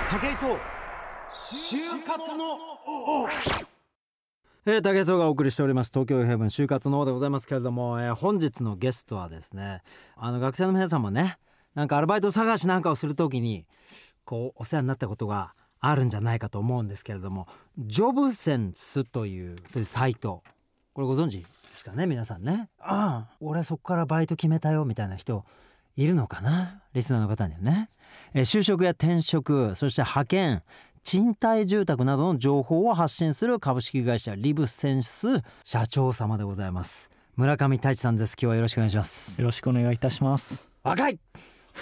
武井壮就活の武井壮がお送りしております東京 FM 就活の王でございますけれども、本日のゲストはですね、学生の皆さんもね、なんかアルバイト探しなんかをするときにこうお世話になったことがあるんじゃないかと思うんですけれども、ジョブセンスというサイト、これご存知ですかね皆さんね。俺そこからバイト決めたよみたいな人いるのかな、リスナーの方にはね。就職や転職、そして派遣、賃貸住宅などの情報を発信する株式会社リブセンス社長様でございます。村上太一さんです。今日はよろしくお願いします。 よろしくお願いいたします。 若い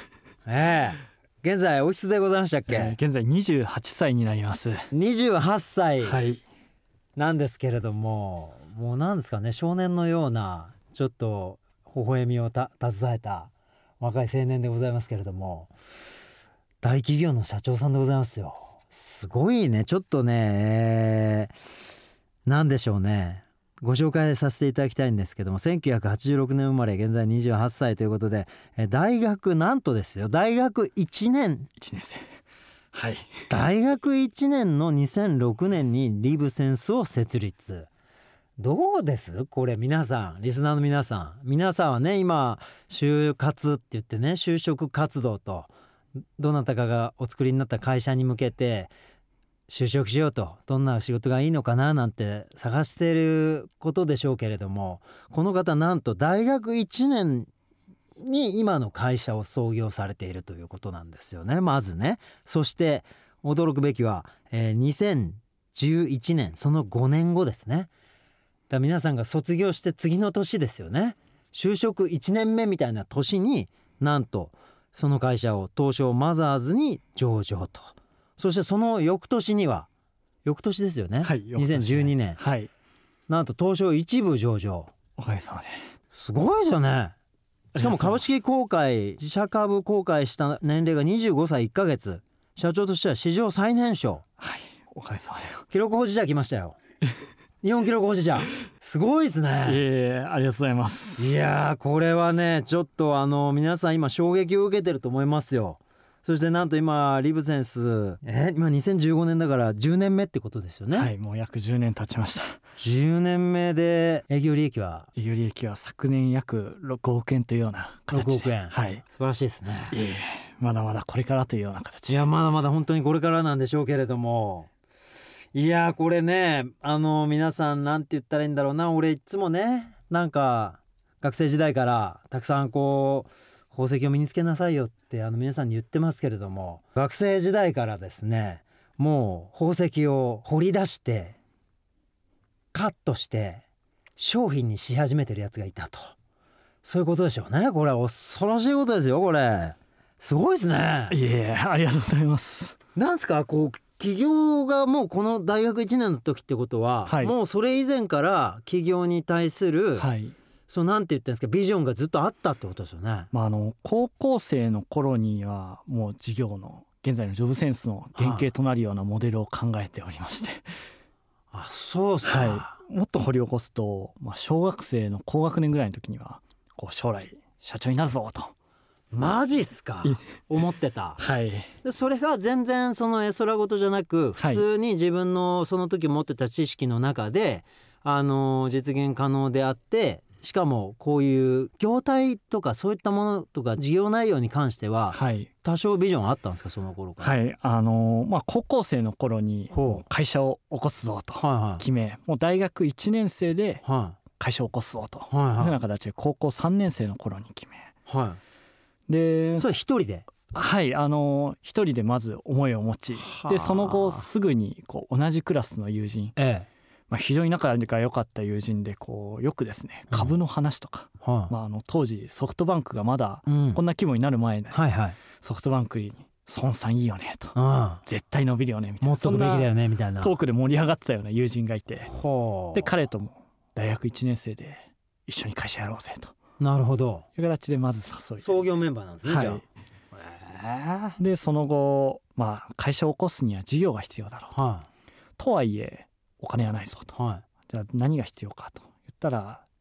現在おいくつでございましたっけ？ 現在28歳になります。 28歳、 はい、 なんですけれども、もうなんですかね、少年のようなちょっと微笑みを携えた若い青年でございますけれども、大企業の社長さんでございますよ。すごいね。ちょっとね、なんでしょうね、ご紹介させていただきたいんですけども、1986年生まれ、現在28歳ということで、大学なんとですよ、大学1年生、はい、 大学1年の2006年にリブセンスを設立。どうですこれ？皆さん、リスナーの皆さんはね、今就活って言ってね、就職活動とどなたかがお作りになった会社に向けて就職しようと、どんな仕事がいいのかななんて探していることでしょうけれども、この方なんと大学1年に今の会社を創業されているということなんですよね、まずね。そして驚くべきは、2011年、その5年後ですね。だ皆さんが卒業して次の年ですよね、就職1年目みたいな年に、なんとその会社を東証マザーズに上場と。そしてその翌年には、翌年ですよね、 はい、 2012年、 はい、 なんと東証一部上場。 おかげさまで。 すごいですよね。しかも株式公開、自社株公開した年齢が25歳1ヶ月、社長としては史上最年少。 はい、おかげさまで。 記録保持者来ましたよ日本記録保持者、すごいですね。 ありがとうございます。 いやー、これはね、ちょっと皆さん今衝撃を受けてると思いますよ。そしてなんと今リブセンス、今2015年だから10年目ってことですよね。 はい、もう約10年経ちました。 10年目で営業利益は昨年約6億円というような形で。 6億円、 はい、 素晴らしいですね。 まだまだこれからというような形。 いや、まだまだ本当にこれからなんでしょうけれども、いやこれね、皆さんなんて言ったらいいんだろうな。俺いつもね、なんか学生時代からたくさんこう宝石を身につけなさいよって皆さんに言ってますけれども、学生時代からですね、もう宝石を掘り出してカットして商品にし始めてるやつがいたと、そういうことでしょうね。これは恐ろしいことですよ。これすごいですね。 ありがとうございます。 なんですか、こう企業がもうこの大学1年の時ってことは、 はい、 もうそれ以前から企業に対する、 はい、 そうなんて言ってんですか、ビジョンがずっとあったってことですよね。 高校生の頃にはもう事業の現在のジョブセンスの原型となるようなモデルを考えておりまして、 そうっすか。 はい、もっと掘り起こすと、小学生の高学年ぐらいの時にはこう将来社長になるぞと。 マジっすか思ってた。 はい、 でそれが全然その絵空事じゃなく、普通に自分のその時持ってた知識の中で、実現可能であって、しかもこういう業態とかそういったものとか事業内容に関しては、多少ビジョンあったんですか、その頃から。 はい、高校生の頃に会社を起こすぞと決め、もう大学1年生で会社を起こすぞというような形で高校3年生の頃に決め、でそれ一人で、 はい、一人でまず思いを持ち、でその後すぐにこう同じクラスの友人、非常に仲が良かった友人でこうよくですね、株の話とか、当時ソフトバンクがまだこんな規模になる前で、ソフトバンクに孫さんいいよねと、絶対伸びるよねみたいな、 もっとくべきだよねみたいなトークで盛り上がってたような友人がいて、で彼とも大学1年生で一緒に会社やろうぜと。 なるほど。 いう形でまず誘い、 創業メンバーなんですね、じゃあ。でその後、会社を起こすには事業が必要だろうと、とはいえお金はないぞと、じゃあ何が必要かと言ったら、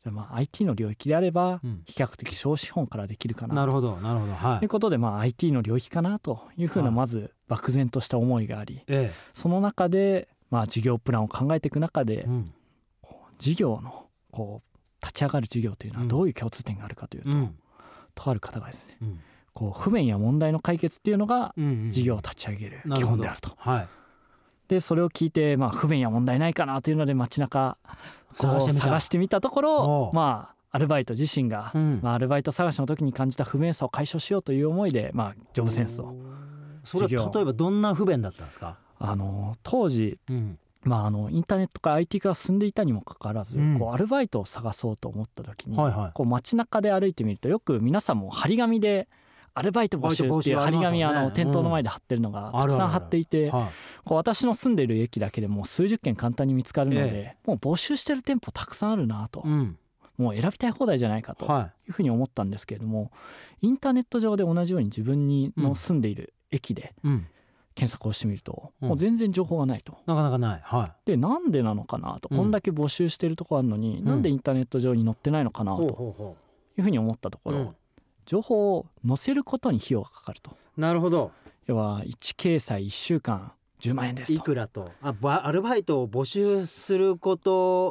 IT の領域であれば比較的小資本からできるかな、 なるほどなるほど、はい、 ということでIT の領域かなというふうなまず漠然とした思いがあり、その中で事業プランを考えていく中で、事業の立ち上がる事業というのはどういう共通点があるかというと、とある方がですね、不便や問題の解決っていうのが事業を立ち上げる基本であると、でそれを聞いて不便や問題ないかなというので街中探してみたところ、アルバイト自身が、アルバイト探しの時に感じた不便さを解消しようという思いで、ジョブセンスを。 それは例えばどんな不便だったんですか？ 当時、インターネットか IT 化が進んでいたにもかかわらず、アルバイトを探そうと思った時に、街中で歩いてみるとよく皆さんも張り紙でアルバイト募集っていう張り紙店頭の前で貼ってるのがたくさん貼っていて、私の住んでいる駅だけでもう数十件簡単に見つかるので、もう募集してる店舗たくさんあるなと、もう選びたい放題じゃないかというふうに思ったんですけれども、インターネット上で同じように自分の住んでいる駅で検索をしてみると、もう全然情報がないと、 なかなかない、 でなんでなのかなと、こんだけ募集してるとこあるのに、なんでインターネット上に載ってないのかなというふうに思ったところ、情報を載せることに費用がかかると。 なるほど。 要は1掲載1週間10万円ですと。 いくらと。アルバイトを募集すること、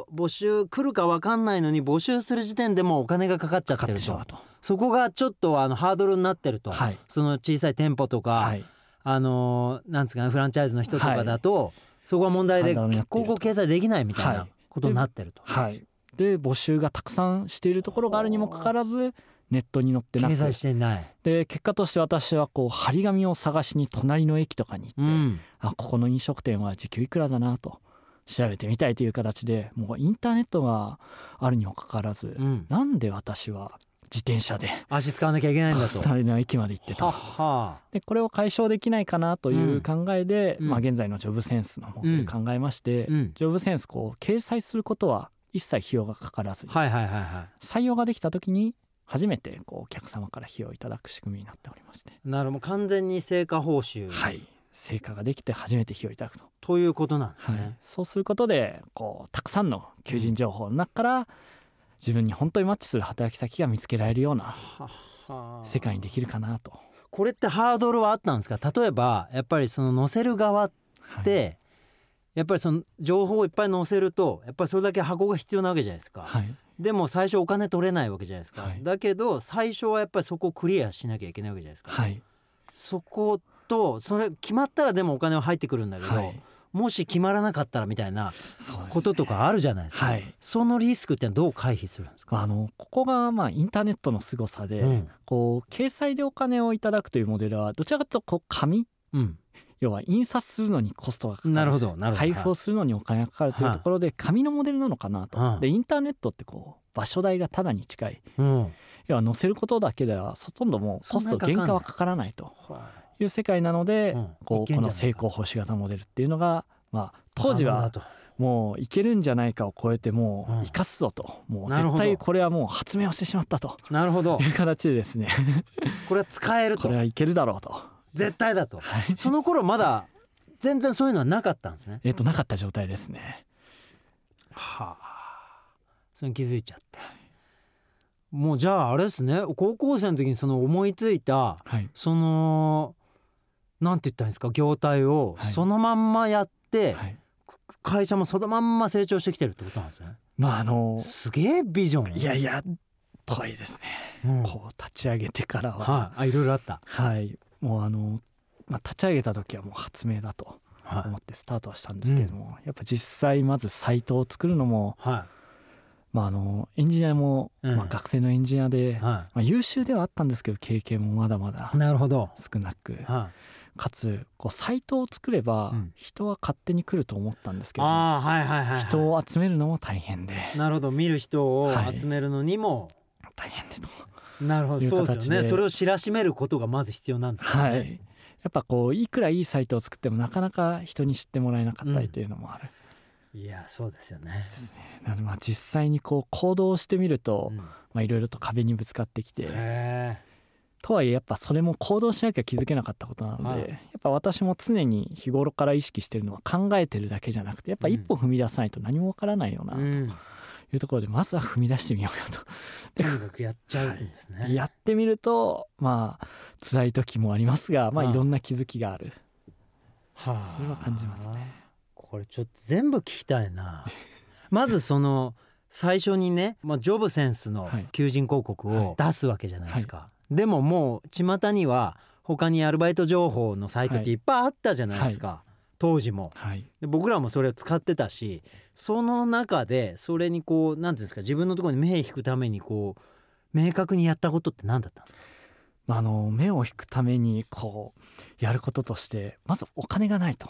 募集来るか分かんないのに募集する時点でもうお金がかかっちゃってると。そこがちょっとハードルになってると、その小さい店舗とか、なんつうかフランチャイズの人とかだと、そこは問題で広告掲載できないみたいなことになってると。 で募集がたくさんしているところがあるにもかかわらずネットに載ってなく、 掲載してない。 で結果として私は張り紙を探しに隣の駅とかに行って、ここの飲食店は時給いくらだなと調べてみたいという形で、もうインターネットがあるにもかかわらず、なんで私は自転車で足使わなきゃいけないんだと、 隣の駅まで行ってと。でこれを解消できないかなという考えで、現在のジョブセンスのモデル考えまして、ジョブセンス掲載することは一切費用がかからずに、採用ができた時に初めてお客様から費用をいただく仕組みになっておりまして。 なるほど、完全に成果報酬、 成果ができて初めて費用をいただくということなんですね。 そうすることでたくさんの求人情報の中から自分に本当にマッチする働き先が見つけられるような世界にできるかなと。 これってハードルはあったんですか？例えばやっぱりその載せる側って、やっぱりその情報をいっぱい載せるとやっぱりそれだけ箱が必要なわけじゃないですか、でも最初お金取れないわけじゃないですか、だけど最初はやっぱりそこをクリアしなきゃいけないわけじゃないですか、そことそれ決まったらでもお金は入ってくるんだけど、もし決まらなかったらみたいなこととかあるじゃないですか。そのリスクってどう回避するんですか？ ここがインターネットの凄さで、掲載でお金をいただくというモデルはどちらかというと紙、要は印刷するのにコストがかかる、配布をするのにお金がかかるというところで紙のモデルなのかなと。でインターネットって場所代がただに近い、要は載せることだけではほとんどもうコスト原価はかからないという世界なので、この成功報酬型モデルっていうのが、当時はもういけるんじゃないかを超えてもう生かすぞと、もう絶対これはもう発明をしてしまったという形でですねこれは使えると、 これはいけるだろうと、 絶対だと、その頃まだ全然そういうのはなかったんですね。 なかった状態ですね。 それに気づいちゃって、もうじゃああれですね、高校生の時にその思いついた、そのなんて言ったらいいんですか、業態をそのまんまやって、会社もそのまんま成長してきてるってことなんですね。すげえビジョン。 いやとはいえですね、立ち上げてからは、 いろいろあった。 もう立ち上げた時はもう発明だと思ってスタートはしたんですけれども、やっぱ実際まずサイトを作るのも、エンジニアも、学生のエンジニアで、優秀ではあったんですけど経験もまだまだ少なく、かつサイトを作れば人は勝手に来ると思ったんですけど、人を集めるのも大変で、なるほど、見る人を集めるのにも大変でと。 なるほど、そうですよね。それを知らしめることがまず必要なんですよね。 やっぱいくらいいサイトを作ってもなかなか人に知ってもらえなかったりというのもある。 いやそうですよね。 なので実際に行動してみるといろいろと壁にぶつかってきて、とはいえやっぱそれも行動しなきゃ気づけなかったことなので、やっぱ私も常に日頃から意識してるのは考えてるだけじゃなくて、やっぱ一歩踏み出さないと何もわからないよなといういうところでまずは踏み出してみようよと。 とにかくやっちゃうんですね、 やってみるとまあ辛い時もありますが、まあいろんな気づきがある、それは感じますね。 これちょっと全部聞きたいなまずその最初にね、ジョブセンスの求人広告を出すわけじゃないですか、でももう巷には他にアルバイト情報のサイトっていっぱいあったじゃないですか、当時も、で僕らもそれを使ってたし、その中でそれにこうなんていうんですか、自分のところに目を引くためにこう明確にやったことって何だったんですか？ 目を引くためにこうやることとしてまずお金がないと、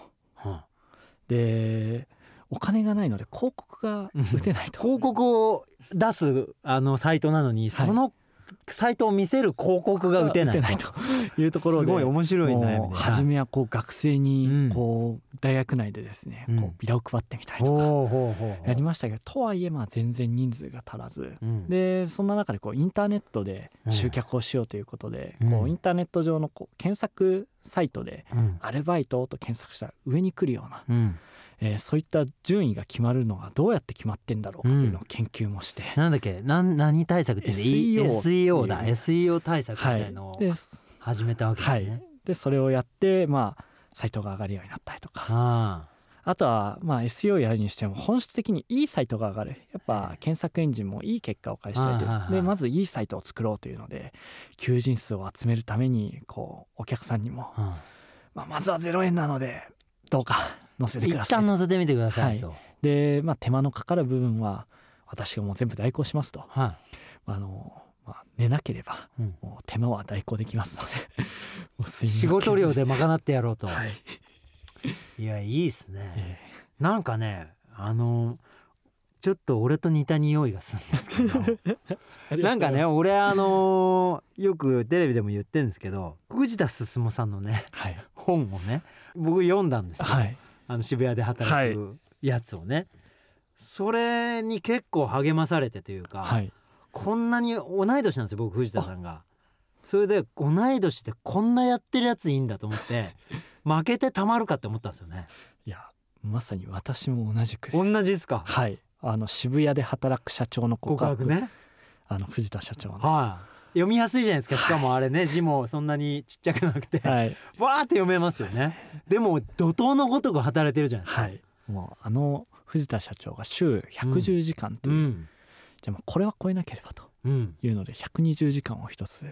でお金がないので広告が打てないと広告を出すサイトなのに、そのサイトを見せる広告が打てないというところで、 すごい面白い悩みで、 初めはこう学生にこう大学内でですね、こうビラを配ってみたりとかやりましたけど、とはいえ全然人数が足らず、でそんな中でこうインターネットで集客をしようということで、こうインターネット上のこう検索サイトでアルバイトと検索したら上に来るような、そういった順位が決まるのがどうやって決まってんだろうかというのを研究もして、 なんだっけ、何対策って言うんだ、SEO だ、SEO 対策みたいのを始めたわけですね、 でそれをやってサイトが上がるようになったりとか、あとはSEO やるにしても本質的にいいサイトが上がる、やっぱ検索エンジンもいい結果を返したいで、まずいいサイトを作ろうというので求人数を集めるためにこうお客さんにも、まずは0円なのでどうか載せてください、 一旦載せてみてくださいと、 で、手間のかかる部分は私がもう全部代行しますと、寝なければもう手間は代行できますのでもう仕事量で賄ってやろうと、いやいいですね、なんかねちょっと俺と似た匂いがするんですけどなんかね、俺よくテレビでも言ってるんですけど、藤田進さんのね、本をね僕読んだんですよ、渋谷で働くやつをね、それに結構励まされてというか、こんなに同い年なんですよ僕、藤田さんが。それで同い年でこんなやってるやついいんだと思って負けてたまるかって思ったんですよね。 いやまさに私も同じく同じですか。 渋谷で働く社長の告白ね、 藤田社長の、 読みやすいじゃないですか。しかもあれね、字もそんなにちっちゃくなくて、わーって読めますよね。でも怒涛のごとく働いてるじゃないですか。 もう藤田社長が週110時間という、じゃあもうこれは超えなければというので120時間を一つ、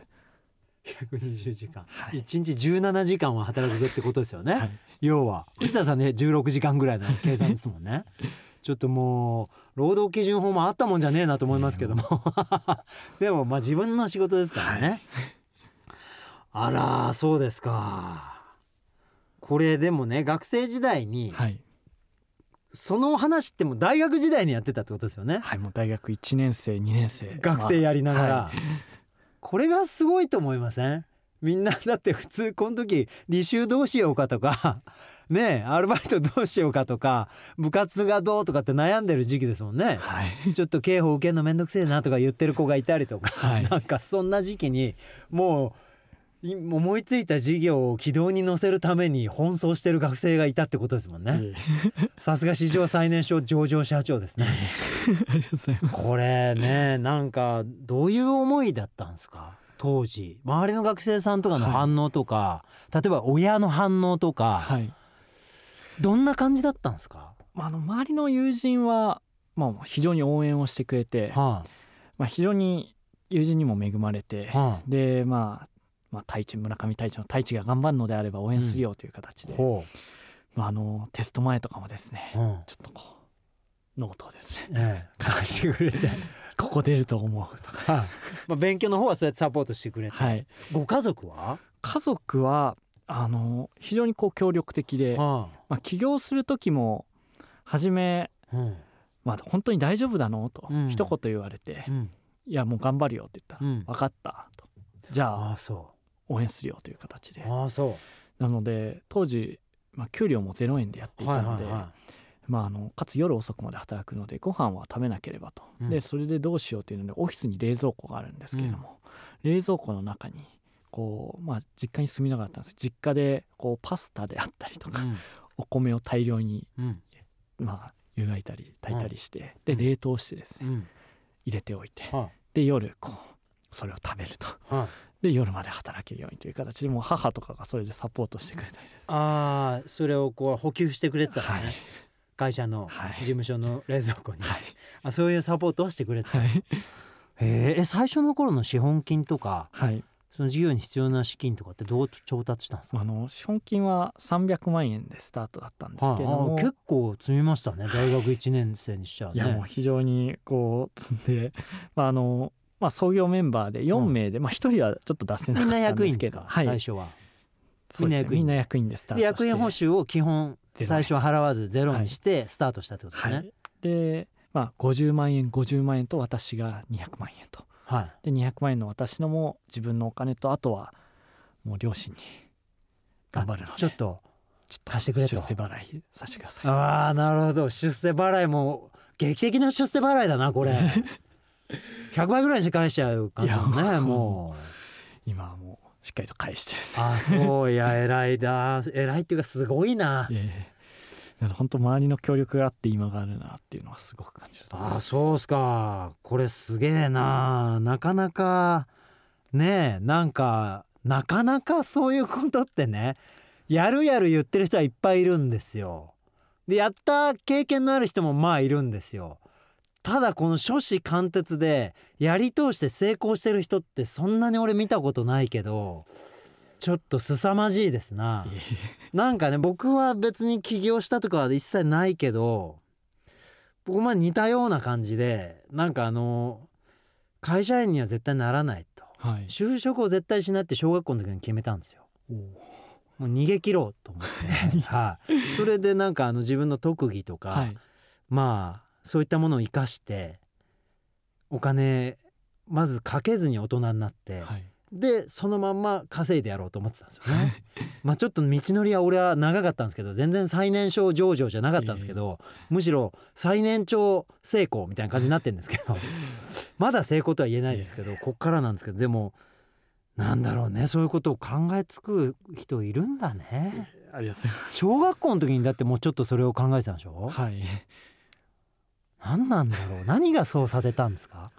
120時間、1日17時間は働くぞってことですよね、要は藤田さんね16時間ぐらいの計算ですもんねちょっともう労働基準法もあったもんじゃねえなと思いますけどもでも自分の仕事ですからね、あらそうですか。これでもね学生時代に、その話ってもう大学時代にやってたってことですよね。 もう大学1年生2年生学生やりながら、これがすごいと思いません？みんなだって普通この時履修どうしようかとかね、アルバイトどうしようかとか部活がどうとかって悩んでる時期ですもんね、ちょっと刑法受けるのめんどくせえなとか言ってる子がいたりとか、なんかそんな時期にもう思いついた事業を軌道に乗せるために奔走してる学生がいたってことですもんね。さすが史上最年少上場社長ですねありがとうございます。 これね、なんかどういう思いだったんですか当時。周りの学生さんとかの反応とか、例えば親の反応とか、どんな感じだったんですか？ 周りの友人は、非常に応援をしてくれて、非常に友人にも恵まれて、で村上太一の太一が頑張るのであれば応援するよという形で、テスト前とかもですね、ちょっとこうノートをですね、 書かしてくれてここ出ると思うとか、 勉強の方はそうやってサポートしてくれて、ご家族は非常にこう協力的で、起業する時も初め、本当に大丈夫なのと一言言われて、いやもう頑張るよって言ったら、分かったと、じゃあ応援するよという形で、なので当時、給料も0円でやっていたので、かつ夜遅くまで働くのでご飯は食べなければと、でそれでどうしようというのでオフィスに冷蔵庫があるんですけれども、冷蔵庫の中にこう、実家に住みながらだったんです。実家でこうパスタであったりとか、お米を大量に、 湯がいたり炊いたりして、で冷凍してですね、入れておいて、で夜こうそれを食べると、で夜まで働けるようにという形で、もう母とかがそれでサポートしてくれたりです、 それをこう補給してくれてたのね、会社の事務所の冷蔵庫に、そういうサポートをしてくれてた、最初の頃の資本金とか、その事業に必要な資金とかってどう調達したんですか？ 資本金は300万円でスタートだったんですけれども、 結構積みましたね、大学1年生にしちゃうね。 いやもう非常にこう積んで、創業メンバーで4名で、1人はちょっと脱線だったんですけど、 最初はみんな役員でスタートして、 役員報酬を基本最初は払わずゼロにしてスタートしたってことですね。 で、50万円と私が200万円と、で200万円の私のも自分のお金と、あとはもう両親に頑張るのでちょっと貸してくれと、 出世払いさせてください。 なるほど。出世払いも劇的な出世払いだなこれ100倍ぐらいにして返しちゃう感じだね。もう今はもうしっかりと返してですね。そういや偉いっていうかすごいな。 本当周りの協力があって今があるなっていうのはすごく感じると思います。 そうっすか。これすげえな。なかなかね、なかなかそういうことってね、やる言ってる人はいっぱいいるんですよ。でやった経験のある人もいるんですよ。ただこの初志貫徹でやり通して成功してる人ってそんなに俺見たことないけど、ちょっと凄まじいですな。なんかね、僕は別に起業したとかは一切ないけど、僕も似たような感じで、なんか会社員には絶対ならないと、就職を絶対しないって小学校の時に決めたんですよ。もう逃げ切ろうと思ってそれでなんか自分の特技とか、そういったものを生かしてお金まずかけずに大人になって、でそのまんま稼いでやろうと思ってたんですよねちょっと道のりは俺は長かったんですけど、全然最年少上場じゃなかったんですけど、むしろ最年長成功みたいな感じになってるんですけどまだ成功とは言えないですけど、こっからなんですけど、でもなんだろうね、そういうことを考えつく人いるんだね。 ありがとうございます。 小学校の時にだってもうちょっとそれを考えてたんでしょ。何なんだろう、何がそうさせたんですか？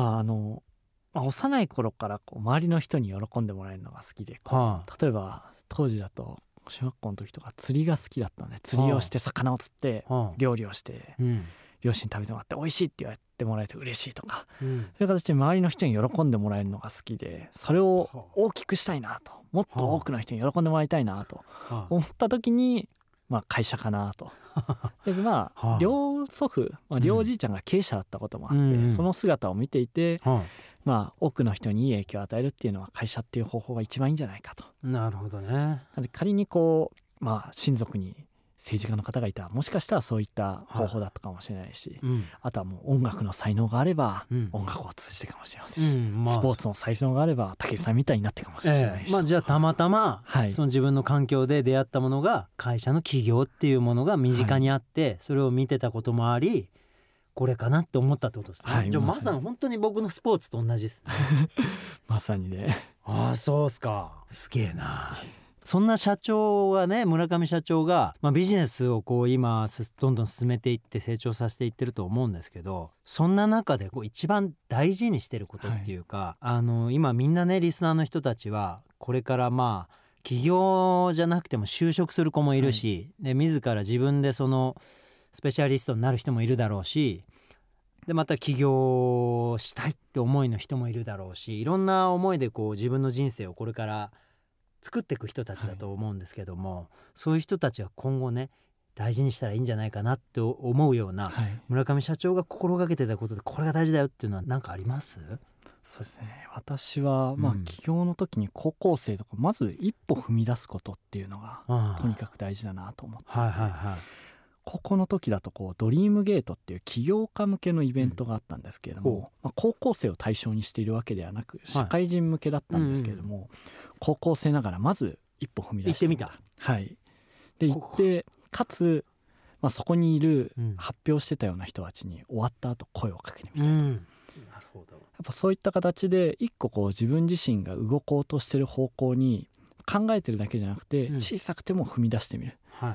幼い頃から周りの人に喜んでもらえるのが好きで、例えば当時だと小学校の時とか釣りが好きだったので、釣りをして魚を釣って料理をして両親に食べてもらって美味しいって言われてもらえて嬉しいとか、そういう形で周りの人に喜んでもらえるのが好きで、それを大きくしたいなと、もっと多くの人に喜んでもらいたいなと思った時に、会社かなとで両祖父、両おじいちゃんが経営者だったこともあって、その姿を見ていて、多くの人にいい影響を与えるっていうのは会社っていう方法が一番いいんじゃないかと。 なるほどね。 なので仮に親族に政治家の方がいたら、もしかしたらそういった方法だったかもしれないし、あとはもう音楽の才能があれば音楽を通じてかもしれませんし、スポーツの才能があれば武井さんみたいになってかもしれないし、 じゃあたまたま、その自分の環境で出会ったものが会社の起業っていうものが身近にあって、それを見てたこともあり、これかなって思ったってことですね。じゃあまさに本当に僕のスポーツと同じですねまさにね。 そうっすか。すげえな。そんな社長がね、村上社長が、ビジネスを今どんどん進めていって成長させていってると思うんですけど、そんな中で一番大事にしてることっていうか、今みんなね、リスナーの人たちはこれから起業じゃなくても就職する子もいるし、で自ら自分でそのスペシャリストになる人もいるだろうし、でまた起業したいって思いの人もいるだろうし、いろんな思いで自分の人生をこれから作っていく人たちだと思うんですけども、そういう人たちは今後ね、大事にしたらいいんじゃないかなって思うような、村上社長が心がけてたことでこれが大事だよっていうのは何かあります？ そうですね、私は起業の時に高校生とかまず一歩踏み出すことっていうのがとにかく大事だなと思って、高校の時だとドリームゲートっていう起業家向けのイベントがあったんですけれども、高校生を対象にしているわけではなく社会人向けだったんですけれども、高校生ながらまず一歩踏み出してみた。で行ってかつ、そこにいる発表してたような人たちに終わった後声をかけてみたいな、やっぱそういった形で一個自分自身が動こうとしてる方向に考えてるだけじゃなくて、小さくても踏み出してみる、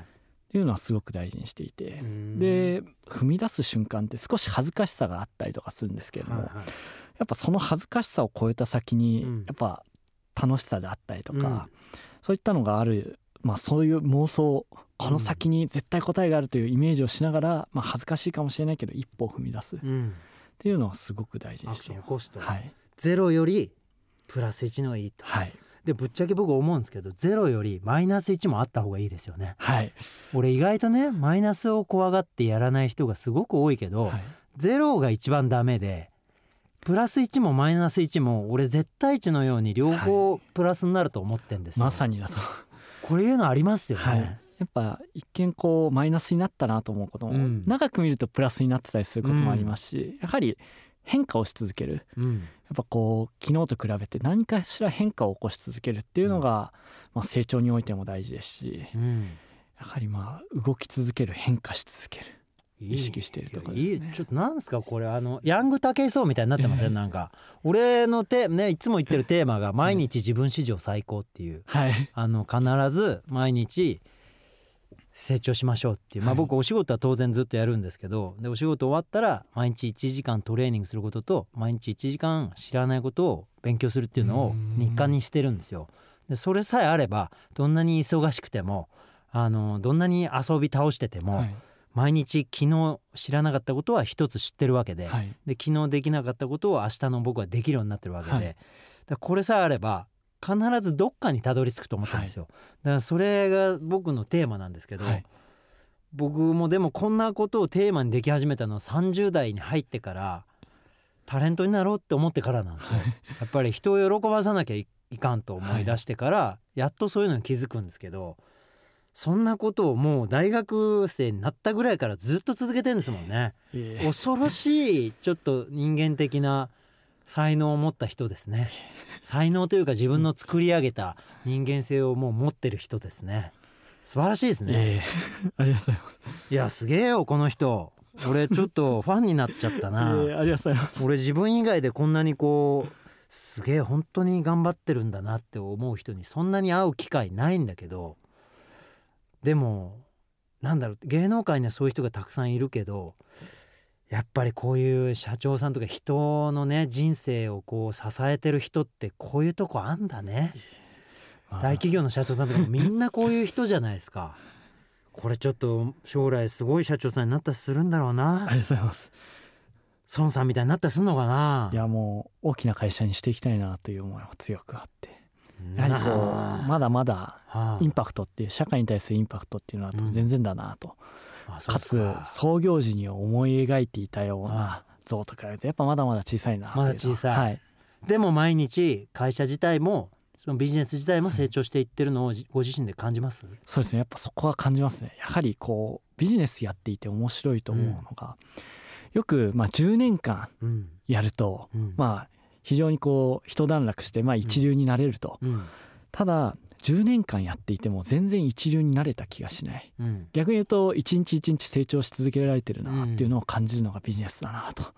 っていうのはすごく大事にしていて、で踏み出す瞬間って少し恥ずかしさがあったりとかするんですけれども、やっぱその恥ずかしさを超えた先にやっぱ楽しさであったりとか、そういったのがある、そういう妄想、この先に絶対答えがあるというイメージをしながら、恥ずかしいかもしれないけど一歩を踏み出すっていうのはすごく大事にしています。 アクション起こすと、ゼロよりプラス1の方がいいと、でぶっちゃけ僕思うんですけど、ゼロよりマイナス1もあった方がいいですよね。俺意外とねマイナスを怖がってやらない人がすごく多いけど、ゼロが一番ダメで、プラス1もマイナス1も俺絶対値のように両方プラスになると思ってんですよ。 まさにだとこれいうのありますよね。 やっぱ一見こうマイナスになったなと思うことも、長く見るとプラスになってたりすることもありますし、やはり変化をし続ける、やっぱこう昨日と比べて何かしら変化を起こし続けるっていうのが、成長においても大事ですし、やはり動き続ける、変化し続ける、意識しているところですね。 ちょっとなんですかこれ、ヤング武井壮みたいになってません？なんか俺のいつも言ってるテーマが毎日自分史上最高っていう、必ず毎日成長しましょうっていう、僕お仕事は当然ずっとやるんですけど、でお仕事終わったら毎日1時間トレーニングすることと毎日1時間知らないことを勉強するっていうのを日課にしてるんですよ。でそれさえあればどんなに忙しくてもどんなに遊び倒してても、毎日昨日知らなかったことは一つ知ってるわけで、で昨日できなかったことを明日の僕はできるようになってるわけで、だこれさえあれば必ずどっかにたどり着くと思ったんですよ。だからそれが僕のテーマなんですけど、僕もでもこんなことをテーマにでき始めたのは30代に入ってから、タレントになろうって思ってからなんですよ。やっぱり人を喜ばさなきゃいかんと思い出してから、やっとそういうのに気づくんですけど、そんなことをもう大学生になったぐらいからずっと続けてるんですもんね。恐ろしいちょっと人間的な才能を持った人ですね。才能というか自分の作り上げた人間性をもう持ってる人ですね。素晴らしいですね。 ありがとうございます。 いやすげえよこの人。俺ちょっとファンになっちゃったな。 ありがとうございます。 俺自分以外でこんなにこうすげえ本当に頑張ってるんだなって思う人にそんなに会う機会ないんだけど、でもなんだろう、芸能界にはそういう人がたくさんいるけど、やっぱりこういう社長さんとか人のね人生をこう支えてる人ってこういうとこあんだね。大企業の社長さんとかもみんなこういう人じゃないですか。これちょっと将来すごい社長さんになったりするんだろうな。 ありがとうございます。 孫さんみたいになったりするのかな。 いやもう大きな会社にしていきたいなという思いは強くあって、やはりこうまだまだインパクトっていう、社会に対するインパクトっていうのは全然だなと、かつ創業時に思い描いていたような像と比べてやっぱまだまだ小さいな。 まだ小さい、でも毎日会社自体もそのビジネス自体も成長していってるのをご自身で感じます？ そうですね、やっぱそこは感じますね。やはりこうビジネスやっていて面白いと思うのが、よく10年間やると、非常にこう一段落して一流になれると、ただ10年間やっていても全然一流になれた気がしない、逆に言うと一日一日成長し続けられてるなっていうのを感じるのがビジネスだなと、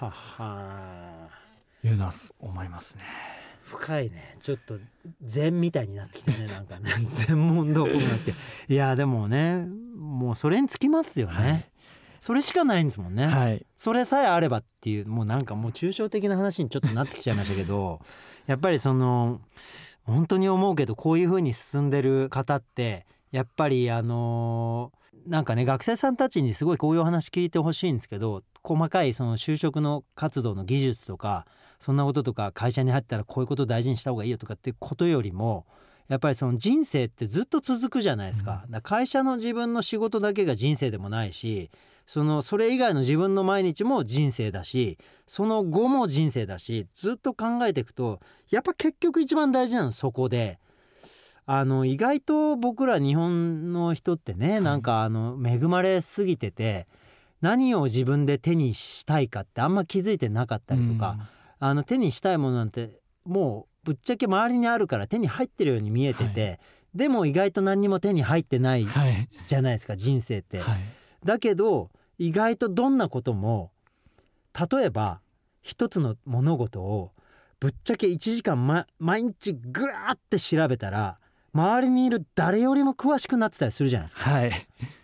いうのは思いますね。 深いね。ちょっと禅みたいになってきてね、なんかね禅問答っぽくなって、いやでもねもうそれにつきますよね、それしかないんですもんね、それさえあればっていう、もうなんかもう抽象的な話にちょっとなってきちゃいましたけどやっぱりその本当に思うけど、こういう風に進んでる方ってやっぱりなんかね学生さんたちにすごいこういうお話聞いてほしいんですけど、細かいその就職の活動の技術とかそんなこととか、会社に入ったらこういうことを大事にした方がいいよとかってことよりも、やっぱりその人生ってずっと続くじゃないですか、だから会社の自分の仕事だけが人生でもないし、それ以外の自分の毎日も人生だし、その後も人生だし、ずっと考えていくとやっぱ結局一番大事なのそこで、意外と僕ら日本の人ってね、なんか恵まれすぎてて、何を自分で手にしたいかってあんま気づいてなかったりとか、手にしたいものなんてもうぶっちゃけ周りにあるから手に入ってるように見えてて、でも意外と何にも手に入ってないじゃないですか、人生って、だけど意外とどんなことも、例えば一つの物事をぶっちゃけ1時間、毎日グワーって調べたら周りにいる誰よりも詳しくなってたりするじゃないですか、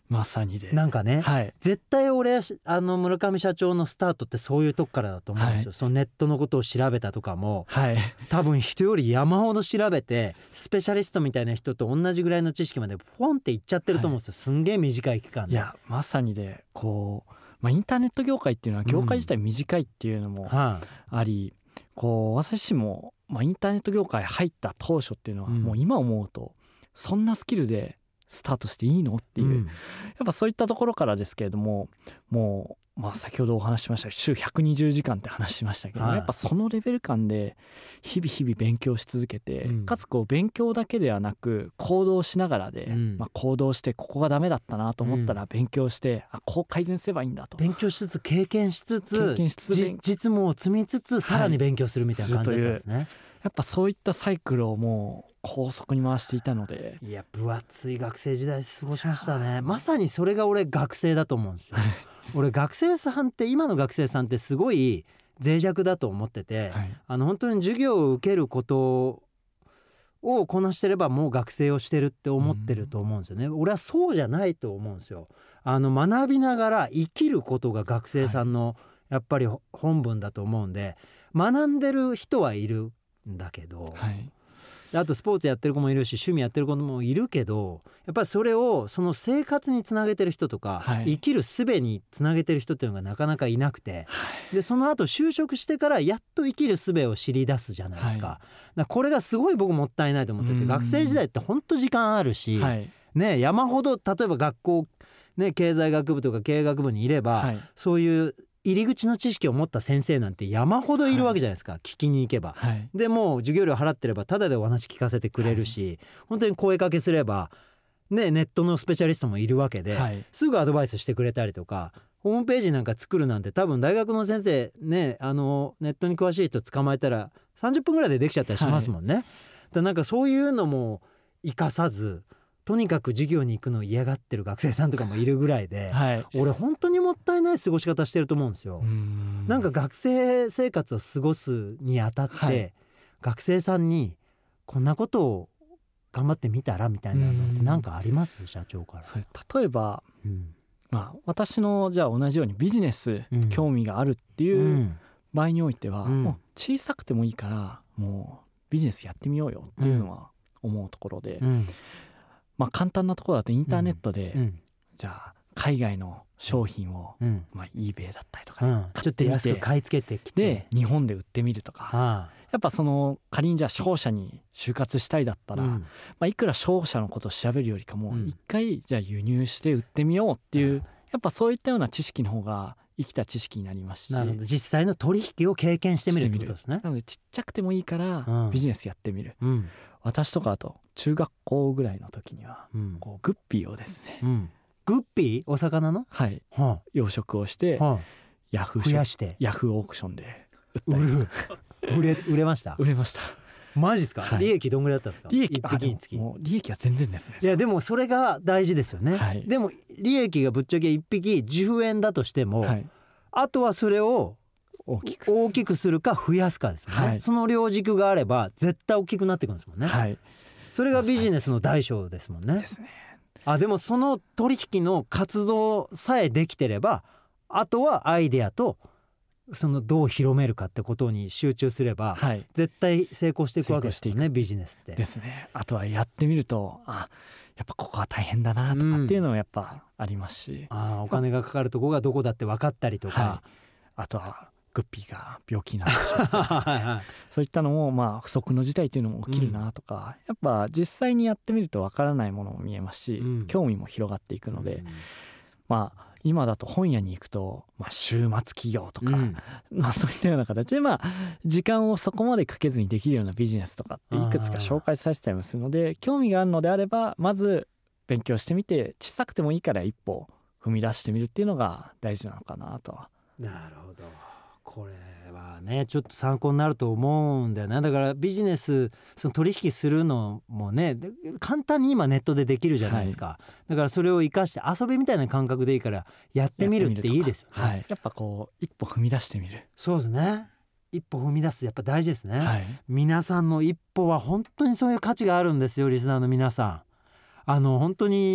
まさにでなんかね、 はい、 絶対俺村上社長のスタートってそういうとこからだと思うんですよ、はい、そのネットのことを調べたとかも、はい、多分人より山ほど調べてスペシャリストみたいな人と同じぐらいの知識までポンっていっちゃってると思うんですよ、はい、すんげえ短い期間で。 いやまさにでこう、インターネット業界っていうのは業界自体短いっていうのもあり、こう私も、インターネット業界入った当初っていうのは、もう今思うとそんなスキルでスタートしていいのっていう、やっぱそういったところからですけれども、もう、先ほどお話ししました週120時間って話しましたけど、やっぱそのレベル感で日々勉強し続けて、かつこう勉強だけではなく行動しながらで、行動してここがダメだったなと思ったら勉強して、こう改善すればいいんだと勉強しつつ経験しつつ実務を積みつつさらに勉強するみたいな感じだったんですね、 やっぱそういったサイクルをもう高速に回していたので、 いや分厚い学生時代過ごしましたね。まさにそれが俺学生だと思うんですよ俺学生さんって今の学生さんってすごい脆弱だと思ってて、本当に授業を受けることをこなしてればもう学生をしてるって思ってると思うんですよね。俺はそうじゃないと思うんですよ。学びながら生きることが学生さんのやっぱり本分だと思うんで、学んでる人はいるんだけど、あとスポーツやってる子もいるし趣味やってる子もいるけど、やっぱりそれをその生活につなげてる人とか、生きる術につなげてる人っていうのがなかなかいなくて、でその後就職してからやっと生きる術を知り出すじゃないですか、だからこれがすごい僕もったいないと思ってて、学生時代って本当時間あるし、山ほど例えば学校、経済学部とか経営学部にいれば、そういう入り口の知識を持った先生なんて山ほどいるわけじゃないですか、聞きに行けば、でもう授業料払ってればタダでお話聞かせてくれるし、本当に声かけすれば、ネットのスペシャリストもいるわけで、すぐアドバイスしてくれたりとか、ホームページなんか作るなんて多分大学の先生ネットに詳しい人捕まえたら30分ぐらいでできちゃったりしますもんね、だなんかそういうのも生かさず、とにかく授業に行くのを嫌がってる学生さんとかもいるぐらいで、俺本当にもったいない過ごし方してると思うんですよ。なんか学生生活を過ごすにあたって、学生さんにこんなことを頑張ってみたらみたいなのって何かあります？社長から。 それ例えば、私のじゃあ同じようにビジネス興味があるっていう場合においては、もう小さくてもいいからもうビジネスやってみようよっていうのは思うところで、簡単なところだとインターネットで、じゃあ海外の商品を、eBay だったりとか、 ちょっと安く買い付けてきて、 で日本で売ってみるとか、やっぱその仮にじゃあ商社に就活したいだったら、いくら商社のことを調べるよりかも一回じゃあ輸入して売ってみようっていう、やっぱそういったような知識の方が生きた知識になりますし、 なるほど、実際の取引を経験してみるってことですね。 なのでちっちゃくてもいいからビジネスやってみる、私とかあと中学校ぐらいの時には、こうグッピーをですね、 グッピーお魚の、 養殖をして、ヤフ増やしてヤフーオークションで売れました。 売れました。 マジですか、利益どんぐらいだったんですか？ 利益一匹につき。 もう利益は全然ですね。 いやでもそれが大事ですよね、でも利益がぶっちゃけ1匹10円だとしても、あとはそれを大きくするか増やすかですよね、その両軸があれば絶対大きくなってくるんですもんね、それがビジネスの大小ですもんね。 ですね。 でもその取引の活動さえできてれば、あとはアイデアとそのどう広めるかってことに集中すれば、絶対成功していくわけですよね、ビジネスって。 ですね。あとはやってみると、やっぱここは大変だなとかっていうのはやっぱありますし、 お金がかかるとこがどこだって分かったりとか、 あとはグッピーが病気になってしまったりそういったのも不測の事態というのも起きるなとか、やっぱ実際にやってみると分からないものも見えますし、興味も広がっていくので、今だと本屋に行くと、週末企業とか、そういったような形で時間をそこまでかけずにできるようなビジネスとかっていくつか紹介させたりもするので、興味があるのであればまず勉強してみて、小さくてもいいから一歩踏み出してみるっていうのが大事なのかなとは。 なるほど。これはねちょっと参考になると思うんだよね。だからビジネスその取引するのもね簡単に今ネットでできるじゃないですか、だからそれを生かして遊びみたいな感覚でいいからやってみるっていいですよね。 やっぱこう一歩踏み出してみる。 そうですね、一歩踏み出すやっぱ大事ですね、皆さんの一歩は本当にそういう価値があるんですよ。リスナーの皆さん、本当に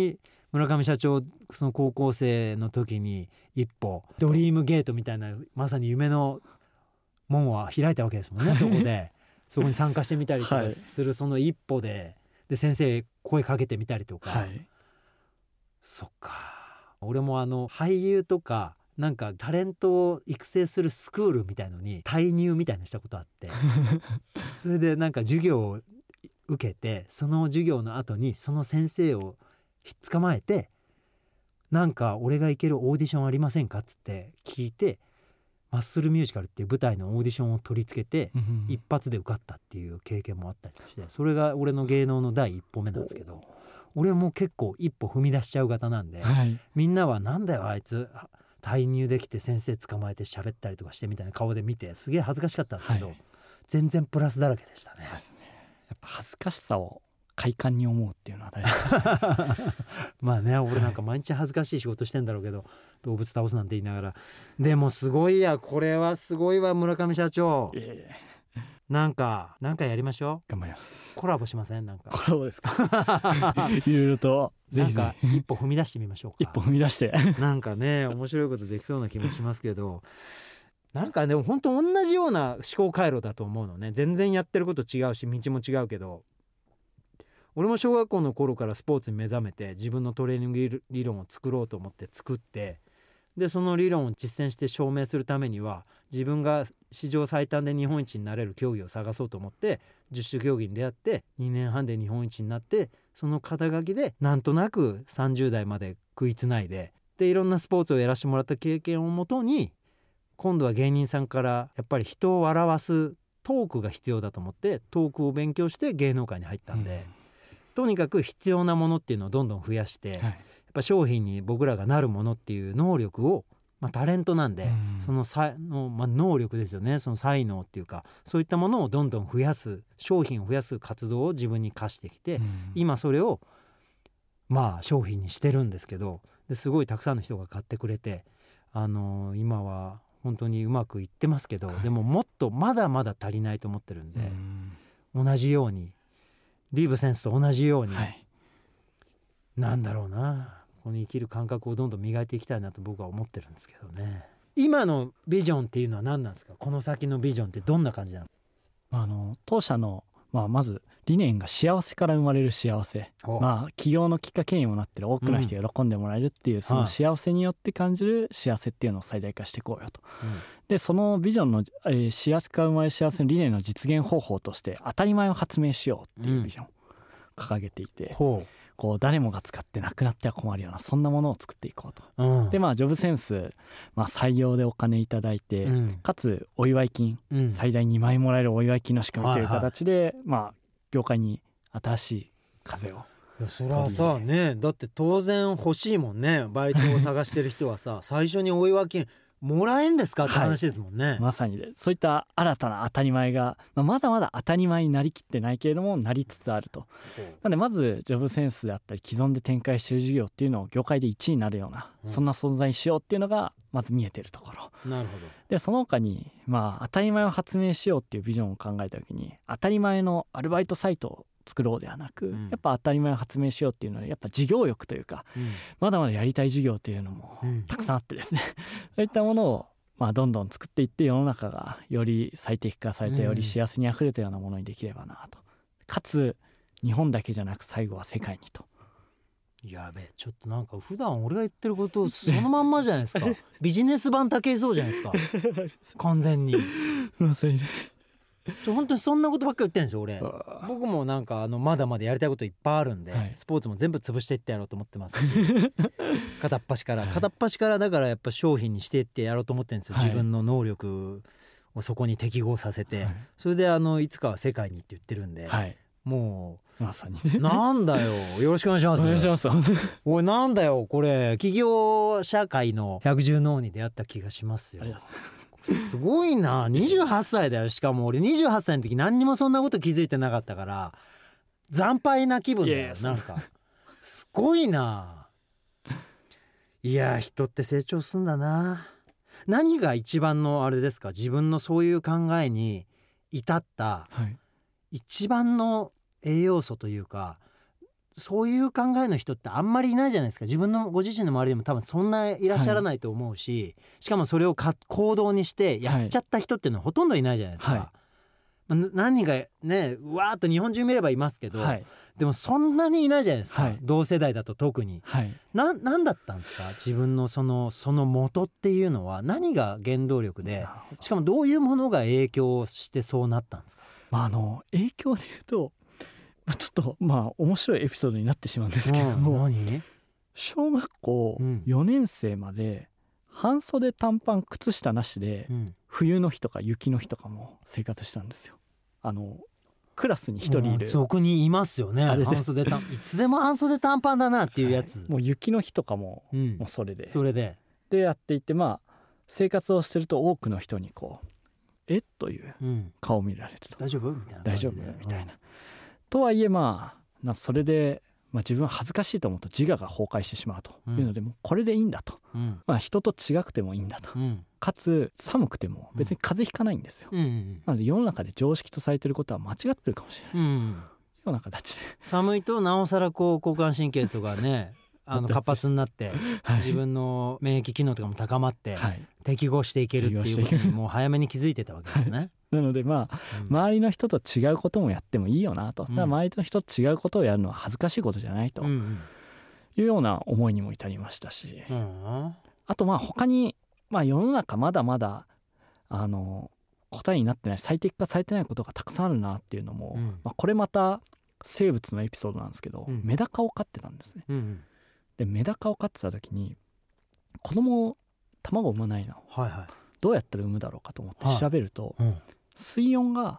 村上社長その高校生の時に一歩ドリームゲートみたいなまさに夢の門は開いたわけですもんねそこでそこに参加してみたりとかするその一歩で先生声かけてみたりとか、はい、そっか俺も俳優とかなんかタレントを育成するスクールみたいのに退入みたいなしたことあってそれでなんか授業を受けてその授業の後にその先生をひっ捕まえてなんか俺が行けるオーディションありませんかっつって聞いてマッスルミュージカルっていう舞台のオーディションを取り付けて一発で受かったっていう経験もあったりしてそれが俺の芸能の第一歩目なんですけど俺も結構一歩踏み出しちゃう方なんで、はい、みんなはなんだよあいつ退入できて先生捕まえて喋ったりとかしてみたいな顔で見てすげえ恥ずかしかったんですけど、はい、全然プラスだらけでしたね。 そうですね。やっぱ恥ずかしさを快感に思うっていうのは大事ですまあね俺なんか毎日恥ずかしい仕事してんだろうけど、はい、動物倒すなんて言いながらでもすごいやこれはすごいわ村上社長なんかやりましょう。 頑張ります。 コラボしません？なんかコラボですかいろいろとぜひ、ね、 なんか一歩踏み出してみましょうか。 一歩踏み出してなんかね面白いことできそうな気もしますけどなんかでも本当同じような思考回路だと思うのね。全然やってること違うし道も違うけど俺も小学校の頃からスポーツに目覚めて自分のトレーニング理論を作ろうと思って作ってでその理論を実践して証明するためには自分が史上最短で日本一になれる競技を探そうと思って十種競技に出会って2年半で日本一になってその肩書きでなんとなく30代まで食いつないでいろんなスポーツをやらせてもらった経験をもとに今度は芸人さんからやっぱり人を笑わすトークが必要だと思ってトークを勉強して芸能界に入ったんで、とにかく必要なものっていうのをどんどん増やして、はい、やっぱ商品に僕らがなるものっていう能力を、タレントなんで、その能力ですよね。その才能っていうかそういったものをどんどん増やす商品を増やす活動を自分に課してきて、今それを商品にしてるんですけどですごいたくさんの人が買ってくれて今は本当にうまくいってますけど、でももっとまだまだ足りないと思ってるんで、同じようにリーブセンスと同じように、なんだろうなこの生きる感覚をどんどん磨いていきたいなと僕は思ってるんですけどね。今のビジョンっていうのは何なんですか？この先のビジョンってどんな感じなの？ 当社の、まず理念が幸せから生まれる幸せ、起業のきっかけにもなってる多くの人に喜んでもらえるっていう、その幸せによって感じる幸せっていうのを最大化していこうよと、でそのビジョンの、幸せから生まれる幸せの理念の実現方法として当たり前を発明しようっていうビジョンを掲げていて、こう誰もが使ってなくなっては困るようなそんなものを作っていこうと、でジョブセンス、採用でお金いただいて、かつお祝い金、最大2万円もらえるお祝い金の仕組みという形で、業界に新しい風を。 いやそりゃさねだって当然欲しいもんね。バイトを探してる人はさ最初にお祝い金もらえんですかって話ですもんね、 まさにそういった新たな当たり前が、まだまだ当たり前になりきってないけれどもなりつつあると。なのでまずジョブセンスであったり既存で展開している事業っていうのを業界で1位になるような、そんな存在にしようっていうのがまず見えてるところ。 なるほど。 でその他に、当たり前を発明しようっていうビジョンを考えた時に当たり前のアルバイトサイトを作ろうではなく、やっぱ当たり前を発明しようっていうのはやっぱ事業欲というか、まだまだやりたい事業っていうのもたくさんあってですね、そういったものをどんどん作っていって世の中がより最適化されてより幸せにあふれたようなものにできればなと、かつ日本だけじゃなく最後は世界にと。 やべえちょっとなんか普段俺が言ってることそのまんまじゃないですかビジネス版武井壮じゃないですか完全に本当にそんなことばっかり言ってるんですよ俺。僕もなんかまだまだやりたいこといっぱいあるんで、スポーツも全部潰していってやろうと思ってますし片っ端からだからやっぱ商品にしていってやろうと思ってるんですよ、自分の能力をそこに適合させて、それでいつかは世界にって言ってるんで、もうまさになんだよよろしくお願いします。 お願いしますおいなんだよこれ企業社会の百獣の王に出会った気がしますよ。すごいな28歳だよ。しかも俺28歳の時何にもそんなこと気づいてなかったから惨敗な気分だよ。なんかすごいな。いや人って成長すんだな。何が一番のあれですか？自分のそういう考えに至った一番の栄養素というかそういう考えの人ってあんまりいないじゃないですか。自分のご自身の周りでも多分そんないらっしゃらないと思うし、しかもそれを行動にしてやっちゃった人っていうのはほとんどいないじゃないですか、何人かねわーっと日本中見ればいますけど、でもそんなにいないじゃないですか、同世代だと特に、なんだったんですか自分のその元っていうのは。何が原動力で、しかもどういうものが影響してそうなったんですか？ 影響でいうとちょっと面白いエピソードになってしまうんですけども、小学校4年生まで半袖短パン靴下なしで、冬の日とか雪の日とかも生活したんですよ。クラスに一人いる、 俗にいますよね。半袖いつでも半袖短パンだなっていうやつ、 もう雪の日とかも、もうそれでやっていて、生活をしてると多くの人にこうという顔を見られて、 大丈夫みたいな、 大丈夫みたいな、とはいえそれで、自分は恥ずかしいと思うと自我が崩壊してしまうというので、もうこれでいいんだと、人と違くてもいいんだと、かつ寒くても別に風邪ひかないんですよ、なので世の中で常識とされていることは間違ってるかもしれない、ような形で寒いとなおさら交感神経とかね活発になって、自分の免疫機能とかも高まって、適合していけるっていうことにもう早めに気づいてたわけですね。 なので周りの人と違うこともやってもいいよなと、だから周りの人と違うことをやるのは恥ずかしいことじゃないというような思いにも至りましたし、あと他に世の中まだまだ答えになってない、最適化されてないことがたくさんあるなっていうのも、これまた生物のエピソードなんですけど、メダカを飼ってたんですね。でメダカを飼ってた時に卵を産まないの、どうやったら産むだろうかと思って調べると、水温が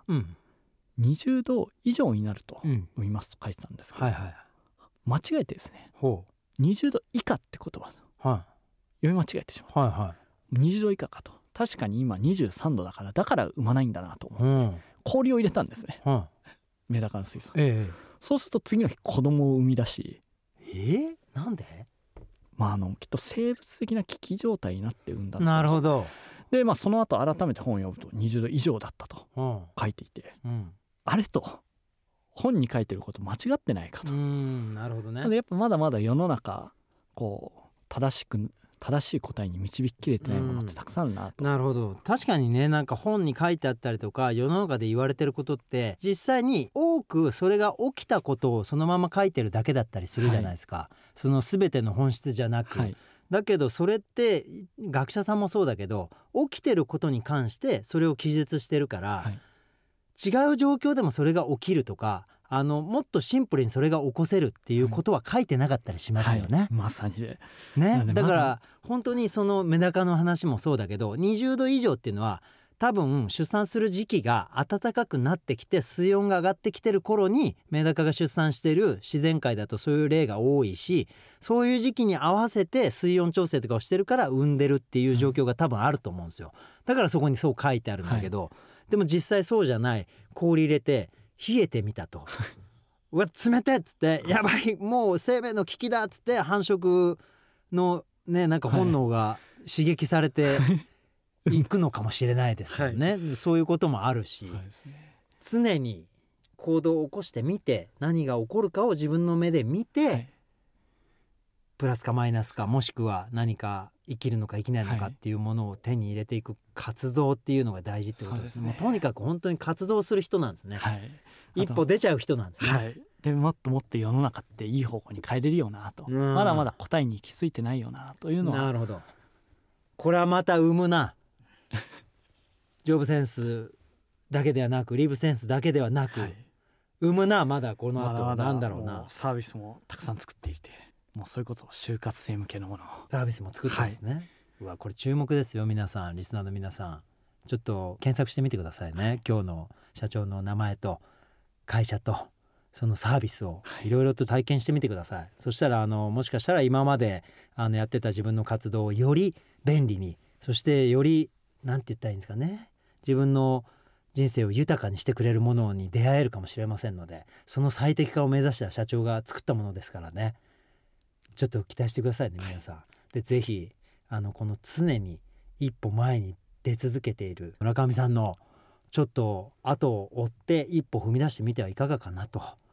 20度以上になると産みますと書いてたんですけど、間違えてですね、20度以下って言葉、読み間違えてしまう、20度以下かと、確かに今23度だから産まないんだなと思って、氷を入れたんですね、メダカの水槽、そうすると次の日子供を産み出し、 なんで？ きっと生物的な危機状態になって産んだんです。 なるほど。 でその後改めて本を読むと20度以上だったと書いていて、あれと本に書いてること間違ってないかと。 なるほどね。 でやっぱまだまだ世の中正しい答えに導ききれてないものってたくさんあるなと。 なるほど。確かにね、本に書いてあったりとか世の中で言われてることって実際に多くそれが起きたことをそのまま書いてるだけだったりするじゃないですか、その全ての本質じゃなく、だけどそれって学者さんもそうだけど起きてることに関してそれを記述してるから、違う状況でもそれが起きるとかもっとシンプルにそれが起こせるっていうことは書いてなかったりしますよね、 まさにね。だから本当にそのメダカの話もそうだけど20度以上っていうのは多分出産する時期が暖かくなってきて水温が上がってきてる頃にメダカが出産してる自然界だとそういう例が多いし、そういう時期に合わせて水温調整とかをしてるから産んでるっていう状況が多分あると思うんですよ。だからそこにそう書いてあるんだけど、でも実際そうじゃない、氷入れて冷えてみたとうわ冷てっつってやばいもう生命の危機だっつって繁殖のね本能が刺激されていくのかもしれないですよね、そういうこともあるし、常に行動を起こしてみて何が起こるかを自分の目で見て、プラスかマイナスかもしくは何か生きるのか生きないのかっていうものを手に入れていく活動っていうのが大事ってことですね。もうとにかく本当に活動する人なんですね、一歩出ちゃう人なんですね、 でもっともっと世の中っていい方向に変えれるよなと、まだまだ答えに行き着いてないよなというのは。 なるほど。これはまた生むなジョブセンスだけではなくリブセンスだけではなく、生むなまだこの後なんだろうな、 サービスもたくさん作っていて、もうそういうことを就活生向けのものをサービスも作ってますね、うわこれ注目ですよ。皆さんリスナーの皆さんちょっと検索してみてくださいね、今日の社長の名前と会社とそのサービスをいろいろと体験してみてください、そしたらもしかしたら今までやってた自分の活動をより便利に、そしてよりなんて言ったらいいんですかね、自分の人生を豊かにしてくれるものに出会えるかもしれませんので、その最適化を目指した社長が作ったものですからね、ちょっと期待してくださいね皆さん、でぜひこの常に一歩前に出続けている村上さんのちょっと後を追って一歩踏み出してみてはいかがかなと。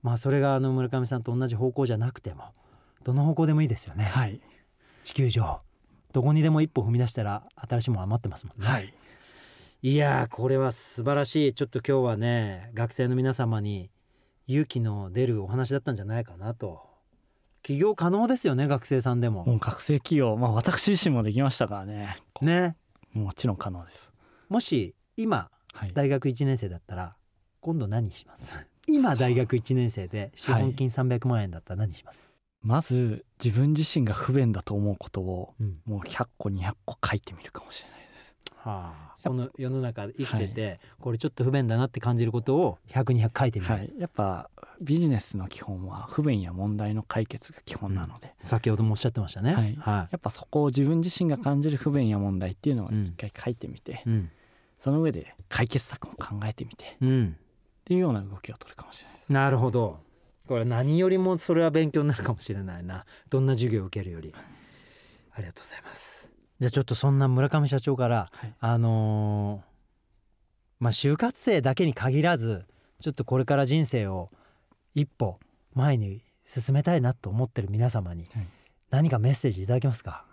まあそれが村上さんと同じ方向じゃなくてもどの方向でもいいですよね、 はい、 地球上どこにでも一歩踏み出したら新しいもの余ってますもんね、 はい、 いやこれは素晴らしい。ちょっと今日はね学生の皆様に勇気の出るお話だったんじゃないかなと。起業可能ですよね、学生さんでも。 もう学生起業、私自身もできましたからね。もちろん可能です。 もし今、 はい、 大学1年生だったら今度何します？今大学1年生で資本金300万円だったら何します？ まず自分自身が不便だと思うことを、もう100個200個書いてみるかもしれないです。 この世の中で生きてて、これちょっと不便だなって感じることを100、200書いてみる、 やっぱビジネスの基本は不便や問題の解決が基本なので、 先ほどもおっしゃってましたね、 やっぱそこを自分自身が感じる不便や問題っていうのを一回書いてみて、その上で解決策も考えてみて、っていうような動きを取るかもしれないです。 なるほど。これ何よりもそれは勉強になるかもしれないな、どんな授業を受けるより。ありがとうございます。じゃあちょっとそんな村上社長から、就活生だけに限らずちょっとこれから人生を一歩前に進めたいなと思ってる皆様に何かメッセージいただけますか？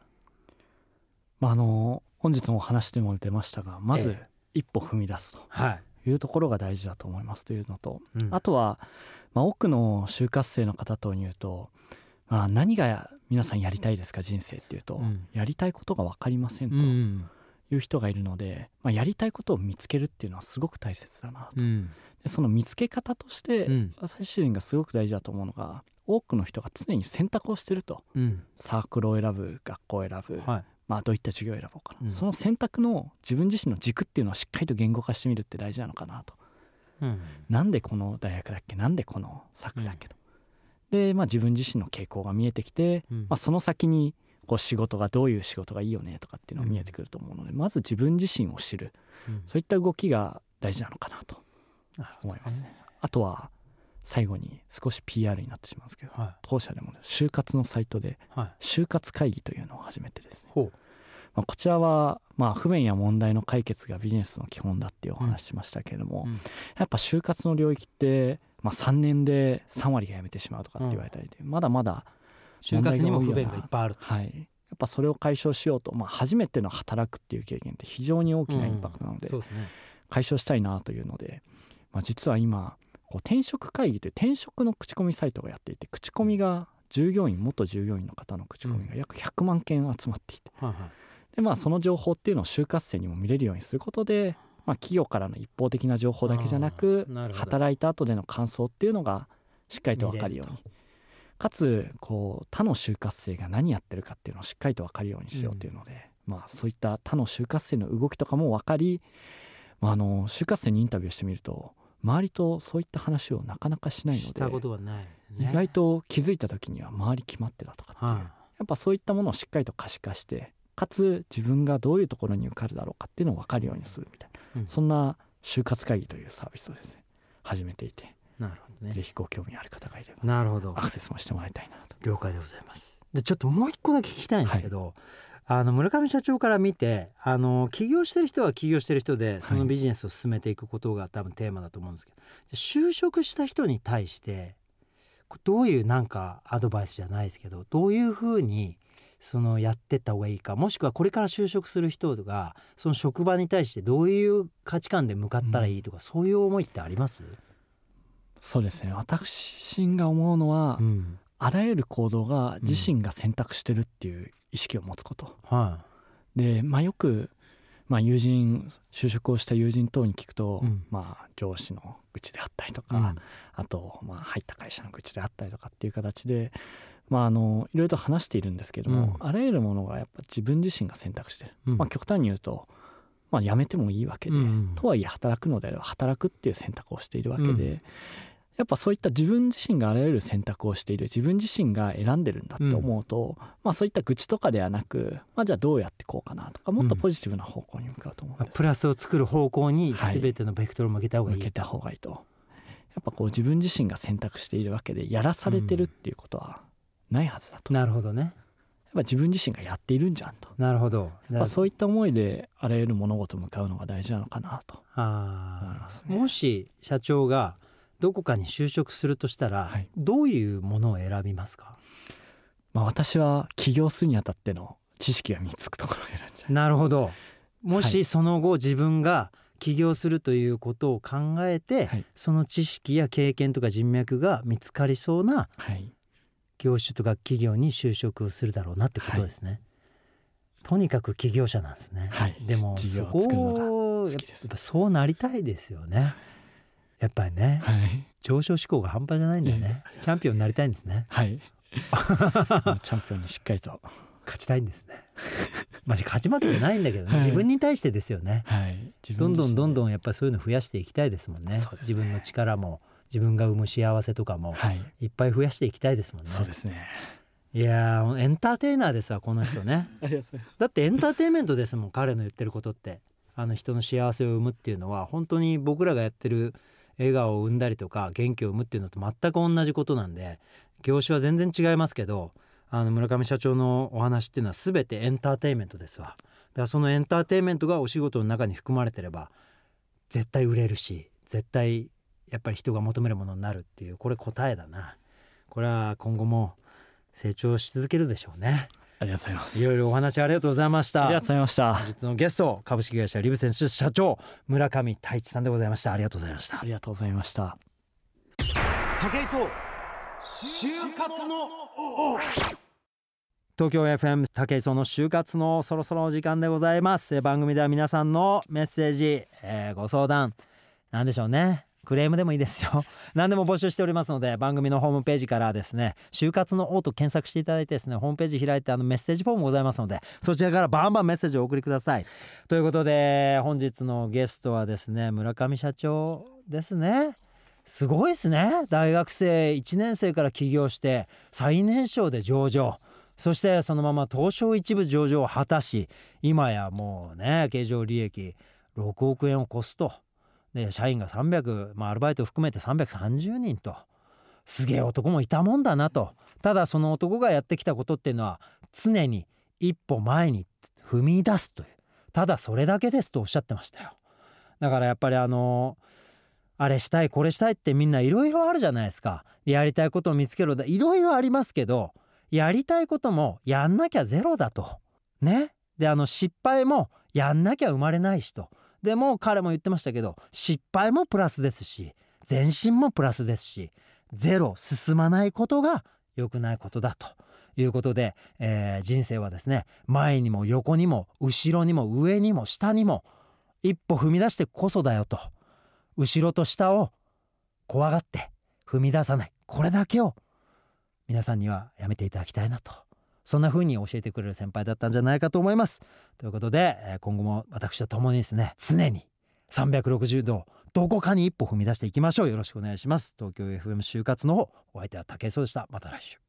本日もお話でも出ましたが、まず一歩踏み出すというところが大事だと思いますというのと、あとは、多くの就活生の方というと、何が皆さんやりたいですか人生っていうと、やりたいことが分かりませんという人がいるので、やりたいことを見つけるっていうのはすごく大切だなと、でその見つけ方として、私自身がすごく大事だと思うのが、多くの人が常に選択をしてると、サークルを選ぶ、学校を選ぶ、どういった授業を選ぼうかな、その選択の自分自身の軸っていうのをしっかりと言語化してみるって大事なのかなと、なんでこの大学だっけ、なんでこのサークルだっけと、で、自分自身の傾向が見えてきて、その先に仕事がどういう仕事がいいよねとかっていうのが見えてくると思うので、まず自分自身を知る、そういった動きが大事なのかなと思いますね。あとは最後に少し PR になってしまうんですけど、当社でも就活のサイトで就活会議というのを始めてですね、こちらは不便や問題の解決がビジネスの基本だっていうお話しましたけれども、やっぱ就活の領域って3年で3割が辞めてしまうとかって言われたりで、まだまだ就活にも不便がいっぱいあると、 やっぱそれを解消しようと、初めての働くっていう経験って非常に大きなインパクトなので、解消したいなというので、実は今転職会議という転職の口コミサイトがやっていて、口コミが元従業員の方の口コミが約100万件集まっていて、でその情報っていうのを就活生にも見れるようにすることで、企業からの一方的な情報だけじゃなく、働いた後での感想っていうのがしっかりと分かるように、かつ他の就活生が何やってるかっていうのをしっかりと分かるようにしようというので、そういった他の就活生の動きとかも分かり、就活生にインタビューしてみると、周りとそういった話をなかなかしないので、 したことはない、 意外と気づいた時には周り決まってたとかっていう、やっぱそういったものをしっかりと可視化して、かつ自分がどういうところに受かるだろうかっていうのを分かるようにするみたいな、そんな就活会議というサービスをですね始めていて、ぜひご興味ある方がいればアクセスもしてもらいたいなと。 了解でございます。でちょっともう一個だけ聞きたいんですけど、村上社長から見て起業してる人は起業してる人でそのビジネスを進めていくことが多分テーマだと思うんですけど、就職した人に対してどういうアドバイスじゃないですけど、どういうふうにやってった方がいいか、もしくはこれから就職する人がその職場に対してどういう価値観で向かったらいいとか、そういう思いってあります？ そうですね、私が思うのは、あらゆる行動が自身が選択してるっていう意識を持つこと、で、よく、就職をした友人等に聞くと、上司の愚痴であったりとか、あと、入った会社の愚痴であったりとかっていう形で、いろいろと話しているんですけども、あらゆるものがやっぱ自分自身が選択してる、極端に言うと、辞めてもいいわけで、とはいえ働くのであれば働くっていう選択をしているわけで、やっぱそういった自分自身があらゆる選択をしている、自分自身が選んでるんだって思うと、そういった愚痴とかではなく、じゃあどうやってこうかなとか、もっとポジティブな方向に向かうと思うんです、 プラスを作る方向に全てのベクトルを向けた方がいい、 向けた方がいいと。やっぱ自分自身が選択しているわけで、やらされてるっていうことはないはずだと。 なるほどね。 やっぱ自分自身がやっているんじゃんと。 なるほど。 そういった思いであらゆる物事を向かうのが大事なのかなと思いますね。 もし社長がどこかに就職するとしたら、どういうものを選びますか？ 私は起業するにあたっての知識が身につくところを選んじゃう。 なるほど。もしその後自分が起業するということを考えて、その知識や経験とか人脈が見つかりそうな業種とか企業に就職をするだろうなってことですね。とにかく起業者なんですね。でもそこやっぱそうなりたいですよね。やっぱりね、上昇志向が半端じゃないんだよね。チャンピオンになりたいんですね。 チャンピオンにしっかりと勝ちたいんですね。勝ち負けじゃないんだけどね、自分に対してですよね。どんどんやっぱりそういうの増やしていきたいですもんね。自分の力も自分が生む幸せとかもいっぱい増やしていきたいですもんね。 そうですね。 いやエンターテイナーですわこの人ね。だってエンターテインメントですもん、彼の言ってることって。人の幸せを生むっていうのは本当に僕らがやってる笑顔を生んだりとか元気を生むっていうのと全く同じことなんで、業種は全然違いますけど、村上社長のお話っていうのは全てエンターテインメントですわ。だからそのエンターテインメントがお仕事の中に含まれてれば絶対売れるし、絶対やっぱり人が求めるものになるっていう、これ答えだな。これは今後も成長し続けるでしょうね。 ありがとうございます。 いろいろお話ありがとうございました。 ありがとうございました。 本日のゲスト、株式会社リブセンス社長村上太一さんでございました。ありがとうございました。 ありがとうございました。 武井壮就活の王。 東京 FM 武井壮の就活のそろそろお時間でございます。番組では皆さんのメッセージ、ご相談なんでしょうね、クレームでもいいですよ。何でも募集しておりますので、番組のホームページからですね、就活の王と検索していただいてですね、ホームページ開いてメッセージフォームございますので、そちらからバンバンメッセージをお送りください。ということで本日のゲストはですね、村上社長ですね。すごいですね。大学生1年生から起業して最年少で上場、そしてそのまま東証一部上場を果たし、今やもうね経常利益6億円を超すと。で社員が300、アルバイトを含めて330人と、すげえ男もいたもんだなと。ただその男がやってきたことっていうのは常に一歩前に踏み出すという、ただそれだけですとおっしゃってましたよ。だからやっぱりあれしたいこれしたいってみんないろいろあるじゃないですか。やりたいことを見つけろだ、いろいろありますけど、やりたいこともやんなきゃゼロだとね。で失敗もやんなきゃ生まれないしと。でも彼も言ってましたけど、失敗もプラスですし前進もプラスですし、ゼロ進まないことが良くないことだということで、人生はですね、前にも横にも後ろにも上にも下にも一歩踏み出してこそだよと。後ろと下を怖がって踏み出さない、これだけを皆さんにはやめていただきたいなと、そんな風に教えてくれる先輩だったんじゃないかと思います。ということで今後も私と共にですね、常に360度どこかに一歩踏み出していきましょう。よろしくお願いします。東京 FM 就活の方、お相手は武井壮でした。また来週。